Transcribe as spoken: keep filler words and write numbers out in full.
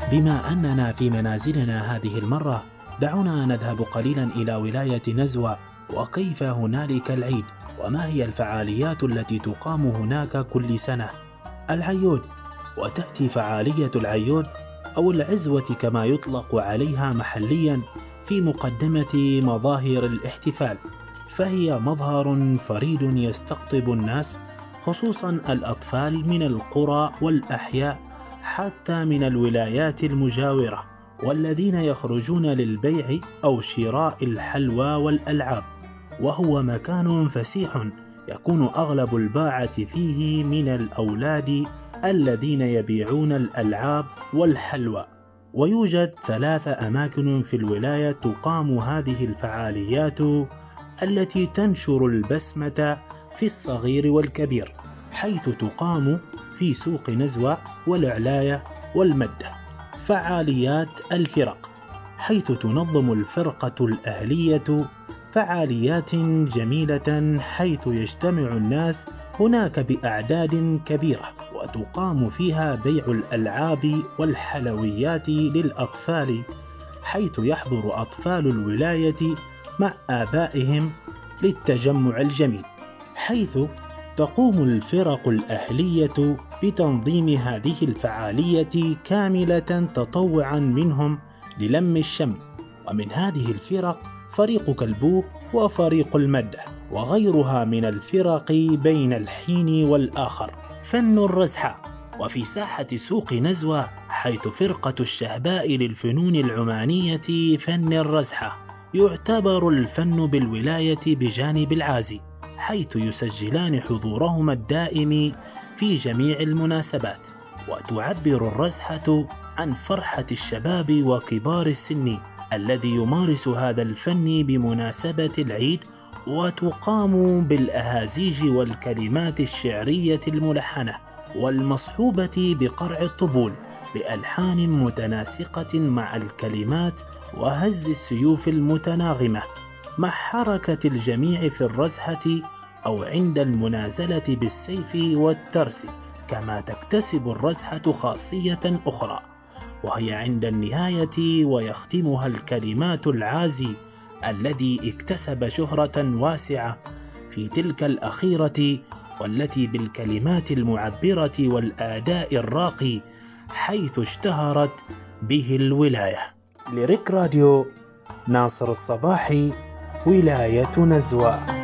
بما أننا في منازلنا هذه المرة، دعونا نذهب قليلا إلى ولاية نزوى، وكيف هنالك العيد، وما هي الفعاليات التي تقام هناك كل سنة. العيود، وتأتي فعالية العيود أو العزوة كما يطلق عليها محليا في مقدمة مظاهر الاحتفال، فهي مظهر فريد يستقطب الناس، خصوصا الأطفال من القرى والأحياء حتى من الولايات المجاورة، والذين يخرجون للبيع أو شراء الحلوى والألعاب. وهو مكان فسيح يكون أغلب الباعة فيه من الأولاد الذين يبيعون الألعاب والحلوى. ويوجد ثلاث أماكن في الولاية تقام هذه الفعاليات التي تنشر البسمة في الصغير والكبير، حيث تقام في سوق نزوى والعلاية والمدة. فعاليات الفرق، حيث تنظم الفرقة الأهلية فعاليات جميلة، حيث يجتمع الناس هناك بأعداد كبيرة، وتقام فيها بيع الألعاب والحلويات للأطفال، حيث يحضر أطفال الولاية مع آبائهم للتجمع الجميل. حيث تقوم الفرق الأهلية بتنظيم هذه الفعالية كاملة تطوعا منهم للم الشمل. ومن هذه الفرق فريق كلبوب وفريق المدة وغيرها من الفرق بين الحين والآخر. فن الرزحة، وفي ساحة سوق نزوى، حيث فرقة الشهباء للفنون العمانية فن الرزحة يعتبر الفن بالولاية بجانب العازي، حيث يسجلان حضورهما الدائم في جميع المناسبات. وتعبر الرزحة عن فرحة الشباب وكبار السن الذي يمارس هذا الفن بمناسبة العيد، وتقام بالأهازيج والكلمات الشعرية الملحنة والمصحوبة بقرع الطبول بألحان متناسقة مع الكلمات وهز السيوف المتناغمة، مع حركة الجميع في الرزحة أو عند المنازلة بالسيف والترس. كما تكتسب الرزحة خاصية أخرى، وهي عند النهاية ويختمها الكلمات العازي الذي اكتسب شهرة واسعة في تلك الأخيرة، والتي بالكلمات المعبرة والآداء الراقي، حيث اشتهرت به الولاية. لريك راديو، ناصر الصباحي، ولاية نزوى.